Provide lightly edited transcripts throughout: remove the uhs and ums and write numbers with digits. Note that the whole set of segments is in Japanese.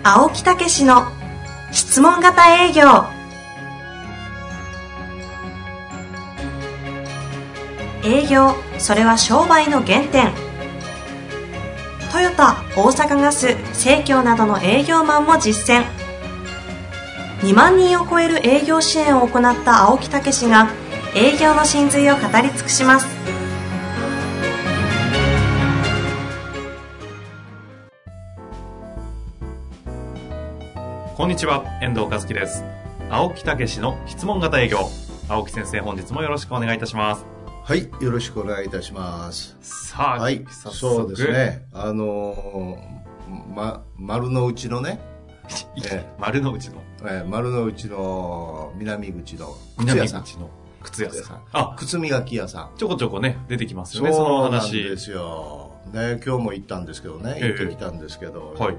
青木武の質問型営業。営業、それは商売の原点。トヨタ、大阪ガス、生協などの営業マンも実践。2万人を超える営業支援を行った青木武が営業の真髄を語り尽くします。 こんにちは、遠藤和樹です。青木武の質問型営業。青木先生、本日もよろしくお願いいたします。 はい、よろしくお願いいたします。 さあ、 はい、そうですね。丸の内のね、 丸の内の、 丸の内の南口の靴屋さん。靴屋さん。 あ、靴磨き屋さん。 ちょこちょこね、出てきますよね、その話。 そうなんですよ。ね、今日も行ったんですけどね、行ってきたんですけど、 はい。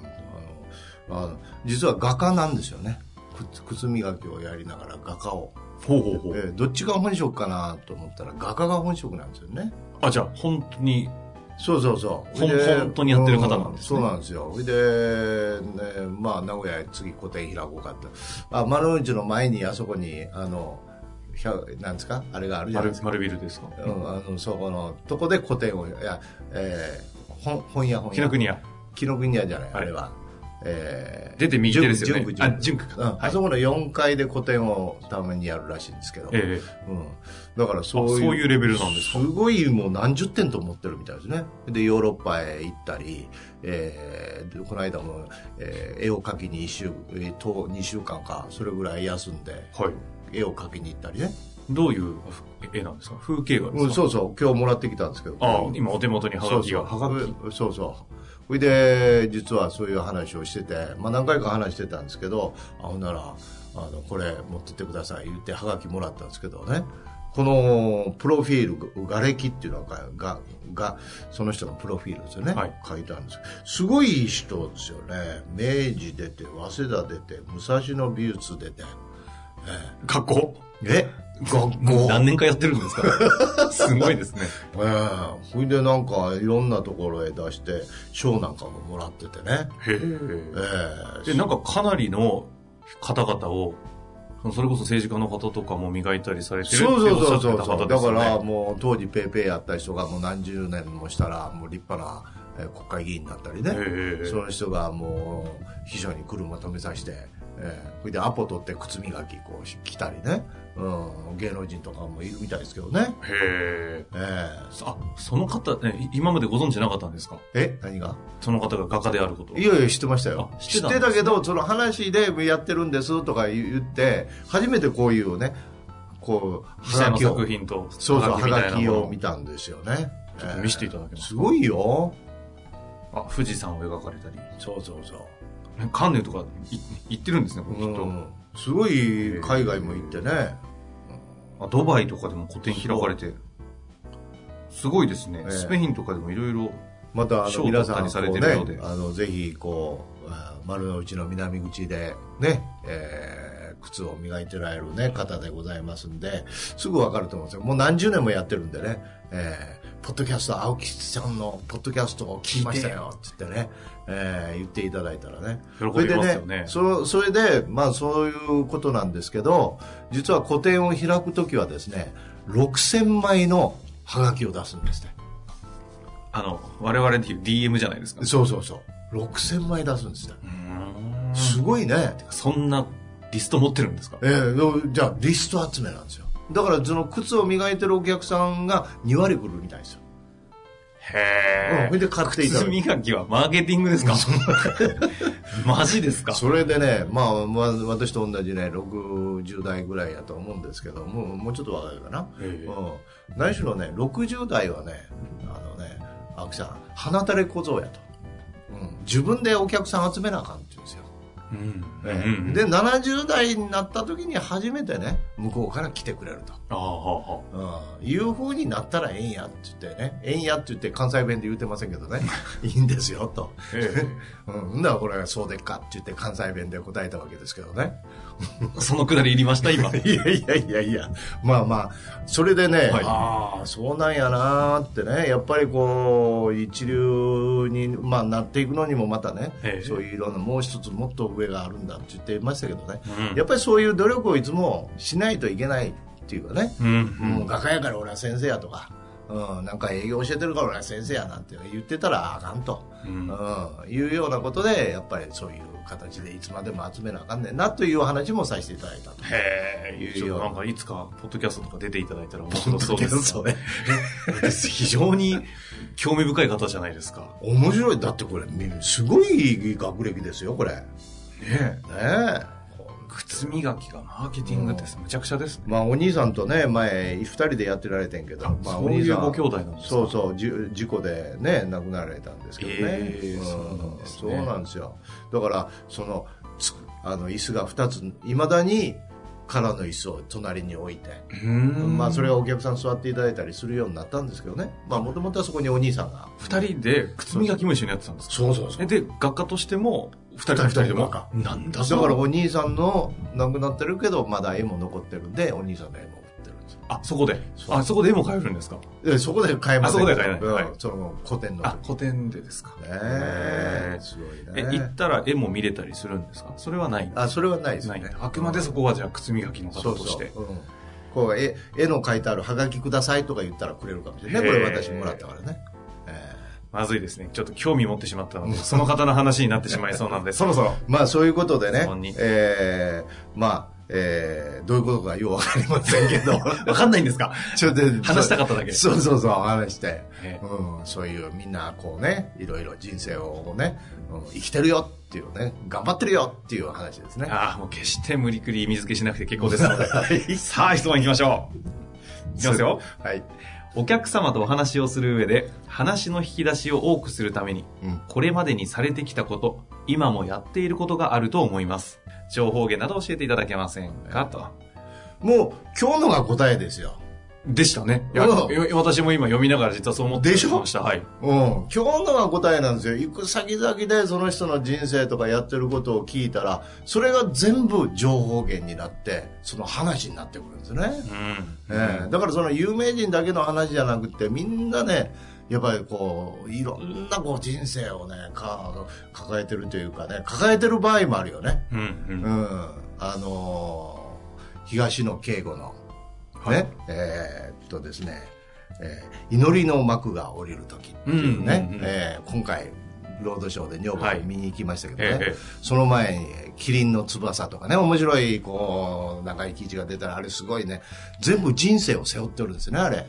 実は画家なんですよね。靴磨きをやりながら画家を。どっちが本職かなと思ったら画家が本職なんですよね。 あ、じゃあ本当に。 そう本当にやってる方なんですね。 そうなんですよ。で、ね、まあ名古屋へ次個店開こうかと。丸の内の前にあそこになんですかあれがあるじゃないですか。 丸ビルですか。 そこのとこで個店を本屋紀ノ国屋じゃない、あれは。 出て右手ですよね。純区か。 あそこの4階で個展をたまにやるらしいんですけど。だからそういうレベルなんですか。 すごいもう何十点と持ってるみたいですね。で、ヨーロッパへ行ったり、この間も、絵を描きに2週間か、それぐらい休んで、絵を描きに行ったりね。 どういう絵なんですか。風景画ですか。 そうそう、今日もらってきたんですけど。 今お手元にハガキが。 そうそう。それで、実はそういう話をしてて、何回か話してたんですけど、ほんなら、これ持ってってください言ってハガキもらったんですけどね、このプロフィール、画歴っていうのが、その人のプロフィールですよね。書いてあるんです。すごい人ですよね。明治出て、早稲田出て、武蔵野美術出て。 学校学校何年かやってるんですか。すごいですね。 それでなんかいろんなところへ出して賞なんかももらっててね。 で、なんかかなりの方々を、それこそ政治家の方とかも磨いたりされてるっておっしゃってた方ですよね。 だからもう当時ペーペーやった人がもう何十年もしたらもう立派な国会議員になったりね。その人がもう秘書に車止めさせて、それでアポ取って靴磨きこう来たりね。芸能人とかもいるみたいですけどね。 その方、今までご存知なかったんですか。 何が。その方が画家であること。 いや知ってましたよ。知ってたけど、その話でやってるんですとか言って、初めてこういうね、こう、 実際の作品と、 はがきを見たんですよね。 ちょっと見せていただけますか。 すごいよ。 富士山を描かれたり。 そう。 カンヌとか行ってるんですね、この人。 すごい海外も行ってね。 ドバイとかでも個展開かれて、すごいですね。スペインとかでもいろいろまた皆さんされてるようで、 ぜひこう丸の内の南口でね、靴を磨いてられるね方でございますんで、すぐ分かると思うんですよ。もう何十年もやってるんでね、ポッドキャスト、青木さんのポッドキャストを聞きましたよって言ってね、言っていただいたらね、 喜びますよね。 それでそういうことなんですけど、実は個展を開くときはですね、6000枚のハガキを出すんですね。 我々でいう DM じゃないですか。 そう6000枚出すんですね。すごいね。 そんなリスト持ってるんですか。 じゃあリスト集めなんですよ。だからその靴を磨いてるお客さんが2割来るみたいですよ。それで買っていただく。 靴磨きはマーケティングですか。マジですか。 それでね、私と同じね、60代ぐらいやと思うんですけど、もうちょっと若いかな。何しろね、60代はね、青木さん、鼻垂れ小僧やと。自分でお客さん集めなあかんって言うんですよ。で70代になった時に初めてね、向こうから来てくれると。 いう風になったらええんやって言ってね、ええんやって言って関西弁で言うてませんけどね、いいんですよと。だからこれはそうでっかって言って関西弁で答えたわけですけどね。 そのくだりいりました今。 いや。まあ、それでね、ああ、そうなんやなーってね、やっぱりこう、一流に、なっていくのにもまたね、そういういろんな、もう一つもっと上があるんだって言ってましたけどね、やっぱりそういう努力をいつもしないといけないっていうかね、画家やから俺は先生やとか、なんか営業教えてるから俺は先生やなんて言ってたらあかんと、いうようなことで、やっぱりそういう形でいつまでも集めなあかんねんなという話もさせていただいたと。 なんかいつかポッドキャストとか出ていただいたら面白そうですね。 非常に興味深い方じゃないですか。 面白い。だってこれすごい学歴ですよこれ。ねえ。靴磨きがマーケティングってむちゃくちゃですね。 お兄さんとね、前2人でやってられてんけど、 そういうご兄弟なんですか。 そう、事故でね、亡くなられたんですけどね。そうなんですよ。だから、椅子が2つ、未だに空の椅子を隣に置いて、それがお客さん座っていただいたりするようになったんですけどね。もともとはそこにお兄さんが。 2人で靴磨きも一緒にやってたんですか。 そう。 で、学科としても、2人でもなんだだからお兄さんの亡くなってるけどまだ絵も残ってるんで、お兄さんの絵も売ってるんですよ。 そこでそこで絵も買えるんですか。 そこで買えません。 そこで買えない、 その古典の古典でですか。 すごいね。 行ったら絵も見れたりするんですか。それはない。 それはないですね。 あくまでそこはじゃあ靴磨きの方としてこう絵の描いてあるはがきくださいとか言ったらくれるかもしれない。これ私もらったからね。 まずいですね。ちょっと興味持ってしまったので、その方の話になってしまいそうなので、そろそろ。 そういうことでね、どういうことかようわかりませんけど。 わかんないんですか。 ちょっと話したかっただけ。 そう、話して。そういうみんなこうね、いろいろ人生をね、生きてるよっていうね、頑張ってるよっていう話ですね。 もう決して無理くり意味付けしなくて結構ですので。さあ、質問いきましょう。いきますよ。 はい。 お客様とお話をする上で話の引き出しを多くするために、これまでにされてきたこと、今もやっていることがあると思います。情報源など教えていただけませんかと。 もう今日のが答えですよ。 でしたね。私も今読みながら実はそう思ってました。はい。 今日のが答えなんですよ。行く先々でその人の人生とかやってることを聞いたら、それが全部情報源になって、その話になってくるんですね。だからその有名人だけの話じゃなくて、みんなね、やっぱりこう、いろんなこう人生をね、抱えてるというかね、抱えてる場合もあるよね。東野圭吾の、ね、ですね、祈りの幕が降りる時っていうね、今回ロードショーで女房と見に行きましたけどね、その前にキリンの翼とかね、面白いこう長い記事が出たら、あれすごいね、全部人生を背負ってるんですね、あれ。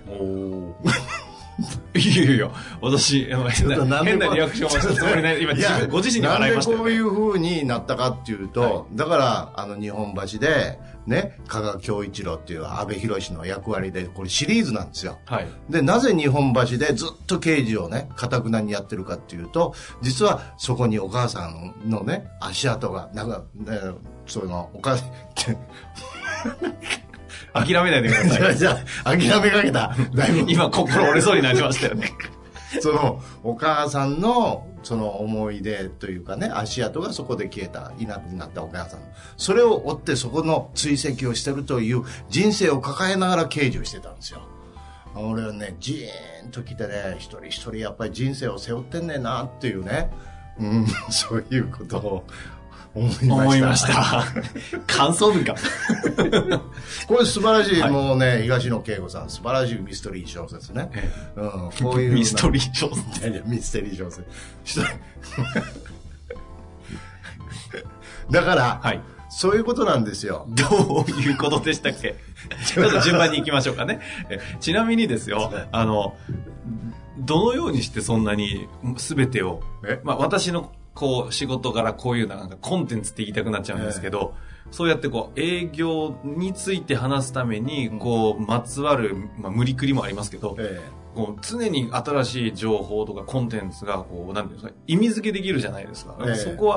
いや、私、変なリアクションをしたつもりない。今、ご自身に笑いましたよね。 なんでこういう風になったかっていうと、だから、日本橋で、ね、加賀恭一郎っていう阿部寛の役割で、これシリーズなんですよ。で、なぜ日本橋でずっと刑事をね、堅くなにやってるかっていうと、実はそこにお母さんのね、足跡が、その、お母さん、 諦めないでください。 じゃあ、諦めかけた。だいぶ今、心折れそうになりましたよね。 その、お母さんの、その思い出というかね、足跡がそこで消えた、いなくなったお母さん。それを追ってそこの追跡をしてるという人生を抱えながら刑事をしてたんですよ。俺はね、じーんと来てね、一人一人やっぱり人生を背負ってんねんなっていうね、そういうことを思いました。 感想文か。 これ素晴らしい、もうね、東野圭吾さん、素晴らしいミステリー小説ね。 こういうミステリー小説。 ミステリー小説。だから、そういうことなんですよ。 どういうことでしたっけ？ちょっと順番に行きましょうかね。ちなみにですよ、どのようにしてそんなに全てを、私のこう仕事からこういうなんかコンテンツって言いたくなっちゃうんですけど、そうやってこう営業について話すためにこうまつわる、無理くりもありますけど、こう常に新しい情報とかコンテンツがこうなんていうんですか、意味付けできるじゃないですか。そこは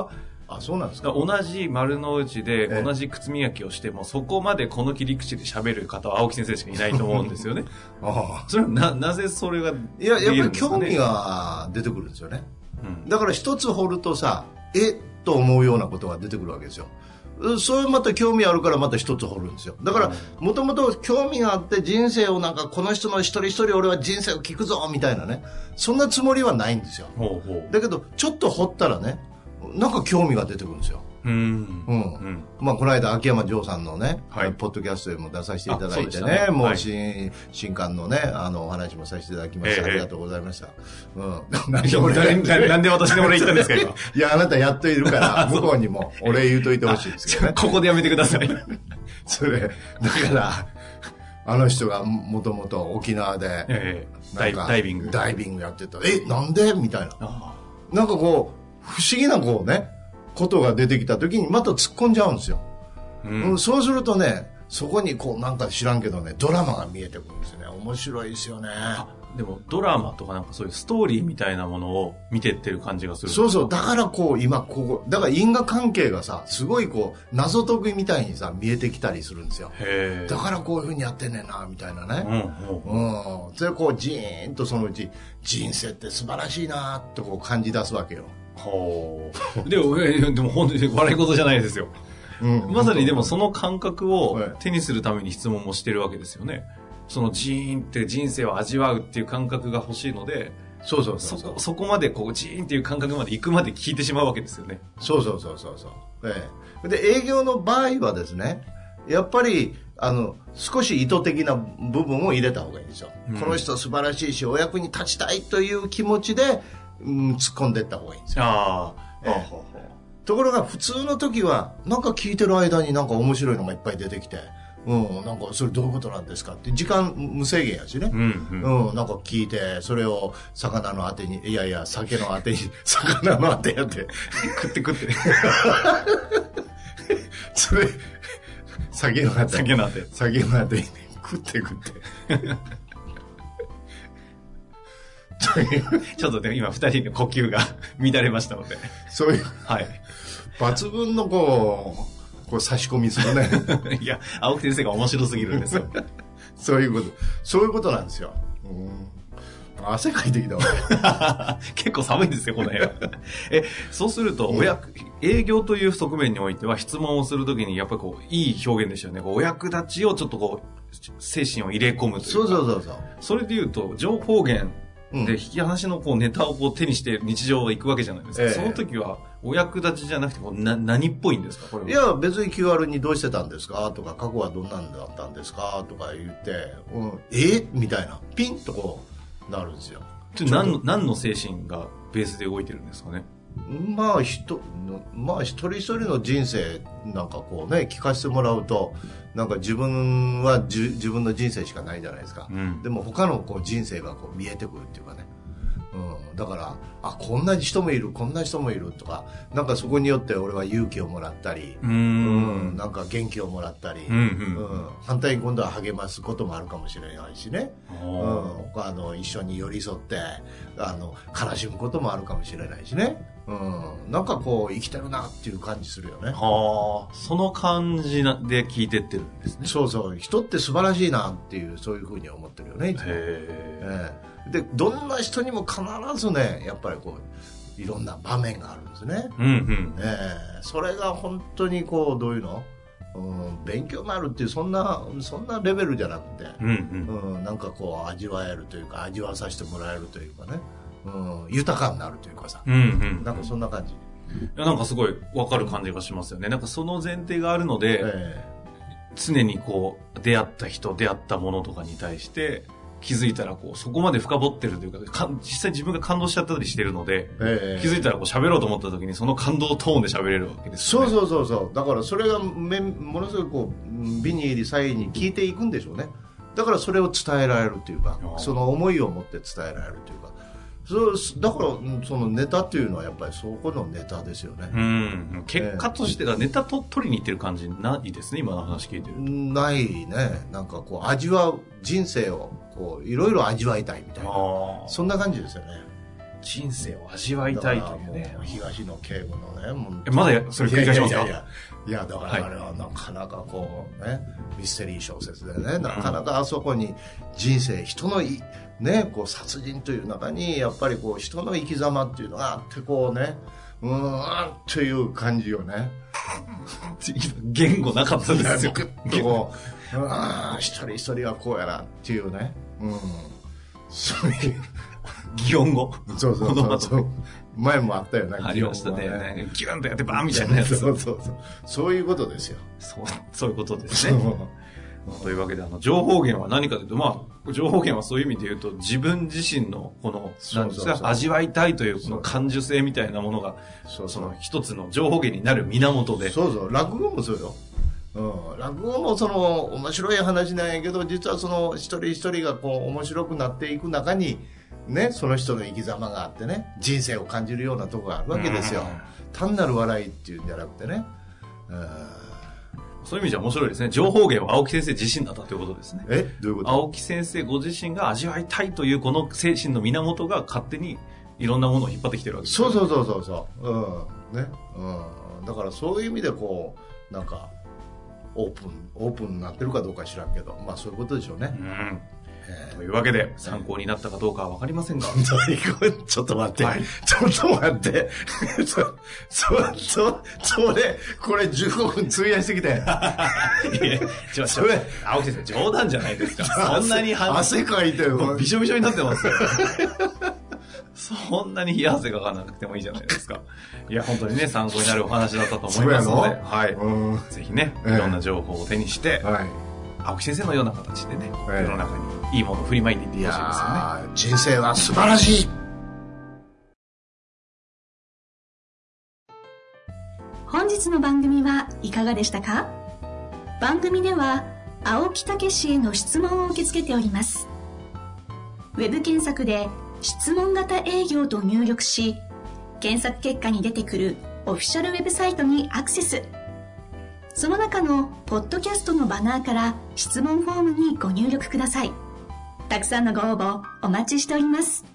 あ、そうなんですか。 同じ丸の内で同じ靴磨きをしても、そこまでこの切り口で喋る方は青木先生しかいないと思うんですよね。 ああ、 それはなぜそれがいや、やっぱりできるんですかね。 興味が出てくるんですよね。 うんだから一つ掘るとさ、と思うようなことが出てくるわけですよ。そういうまた興味あるからまた一つ掘るんですよ。だからもともと興味があって人生をなんかこの人の一人一人俺は人生を聞くぞみたいなね、そんなつもりはないんですよ。 ほうほう。 だけどちょっと掘ったらね、なんか興味が出てくるんですよ。まあこの間秋山城さんのね、 はいポッドキャストでも出させていただいてそうでしたね、 ねもうはい新刊のねお話もさせていただきまして、ありがとうございました。 なんで私でも俺言ったんですか今。 いや、あなたやっといるから向こうにもお礼言うといてほしいですけどね。 ここでやめてください。 それだからあの人がもともと沖縄でダイビングやってた。なんでみたいな。なんかこう不思議なこうねことが出てきた時にまた突っ込んじゃうんですよ。そうするとね、そこにこうなんか知らんけどね、ドラマが見えてくるんですよね。面白いですよね。 でもドラマとかなんかそういうストーリーみたいなものを見てってる感じがする。 そうそう。だからこう今ここだから因果関係がさ、すごいこう謎解きみたいにさ見えてきたりするんですよ。 へー。 だからこういう風にやってんねんなみたいなね。それこうジーンとそのうち人生って素晴らしいなとこう感じ出すわけよ。 ほう。でも本当に笑い事じゃないですよ。まさにでもその感覚を手にするために質問もしてるわけですよね。そのジーンって人生を味わうっていう感覚が欲しいので、そこまでこうジーンっていう感覚まで行くまで聞いてしまうわけですよね。 そう。で営業の場合はですね、やっぱり少し意図的な部分を入れた方がいいんですよ。この人素晴らしいしお役に立ちたいという気持ちで、突っ込んでいった方がいいんですよ。ところが普通の時はなんか聞いてる間になんか面白いのがいっぱい出てきて、なんかそれどういうことなんですかって時間無制限やしね、なんか聞いてそれを魚のあてに酒のあてに魚のあてやって食ってそれ酒のあてに食ってちょっとね今2人の呼吸が乱れましたので、 そういう、 はい、 抜群のこう差し込みするね。 いや、青木先生が面白すぎるんですよ。 そういうことなんですよ。汗かいてきたわ。 結構寒いんですよこの部屋。そうすると営業という側面においては質問をするときにやっぱりこういい表現でしたよね。こうお役立ちをちょっとこう精神を入れ込むというか。 そう。 それでいうと情報源で引き話のこうネタをこう手にして日常を行くわけじゃないですか。その時はお役立ちじゃなくてこう何っぽいんですかこれは。 いや別に QR にどうしてたんですかとか過去はどんなんだったんですかとか言って、みたいなピンとこうなるんですよ。 何の精神がベースで動いてるんですかね。 まあ一人一人の人生なんかこうね聞かせてもらうとなんか自分は自分の人生しかないじゃないですか、でも他のこう人生がこう見えてくるっていうかね、だからこんな人もいるとかなんかそこによって俺は勇気をもらったりなんか元気をもらったり、反対に今度は励ますこともあるかもしれないしね、一緒に寄り添って悲しむこともあるかもしれないしね、なんかこう生きてるなっていう感じするよね。 その感じで聞いてってるんですね。 そう人って素晴らしいなっていうそういうふうに思ってるよねいつも。でどんな人にも必ずねやっぱりこういろんな場面があるんですね、それが本当にこうどういうの、勉強になるっていうそんなレベルじゃなくて、なんかこう味わえるというか味わわさせてもらえるというかね、豊かになるというかさ、なんかそんな感じ。 いやなんかすごい分かる感じがしますよね。なんかその前提があるので、常にこう出会った人出会ったものとかに対して気づいたらこうそこまで深掘ってるというか実際自分が感動しちゃったりしてるので、気づいたらこう喋ろうと思った時にその感動トーンで喋れるわけですよね。 そうだからそれがものすごいこう美に入り彩に聞いていくんでしょうね。だからそれを伝えられるというかその思いを持って伝えられるというかだからそのネタっていうのはやっぱりそこのネタですよね。 結果としてはネタと取りに行ってる感じないですね今の話聞いてると。 ないね。なんかこう味わう人生をこういろいろ味わいたいみたいなそんな感じですよね。 人生を味わいたいというね。 もう東野圭吾のね、もうまだそれ繰り返しますか？ いやだからあれはなかなかこうね、ミステリー小説でね、なかなかあそこに人生、人のね、こう殺人という中にやっぱりこう人の生き様っていうのがあってこうね、という感じよね。 言語なかったですよ。 グッとこう、一人一人はこうやなっていうね。そういう。 擬音語。 そう。前もあったよね。 ありましたね。ギュンとやってバーンみたいなやつ。 そういうことですよ。 そういうことですね。というわけで、情報源は何かというと、情報源はそういう意味で言うと、自分自身のこの、なんですか、味わいたいというこの感受性みたいなものが、その一つの情報源になる源で。 そう、落語もそうよ。落語も面白い話なんやけど、実は一人一人がこう面白くなっていく中にね、その人の生き様があってね、人生を感じるようなところがあるわけですよ。単なる笑いっていうんじゃなくてね。 そういう意味じゃ面白いですね。情報源は青木先生自身だったということですね。 どういうこと？ 青木先生ご自身が味わいたいというこの精神の源が勝手にいろんなものを引っ張ってきてるわけです。 そう。ね。だからそういう意味でこう、なんか、オープンになってるかどうか知らんけど、そういうことでしょうね。 というわけで、参考になったかどうかはわかりませんが。 ちょっと待って。ちょっと待って。これ15分費やしてきて。 青木先生、冗談じゃないですか。そんなに汗かいてる。 びしょびしょになってますよ。そんなに冷や汗かかなくてもいいじゃないですか。いや、本当にね、参考になるお話だったと思いますので、はい。ぜひね、いろんな情報を手にして、青木先生のような形でね、世の中にいいものを振りまいていってほしいですよね。 人生は素晴らしい。 本日の番組はいかがでしたか？番組では青木武への質問を受け付けております。ウェブ検索で質問型営業と入力し、検索結果に出てくるオフィシャルウェブサイトにアクセス。その中のポッドキャストのバナーから質問フォームにご入力ください。たくさんのご応募お待ちしております。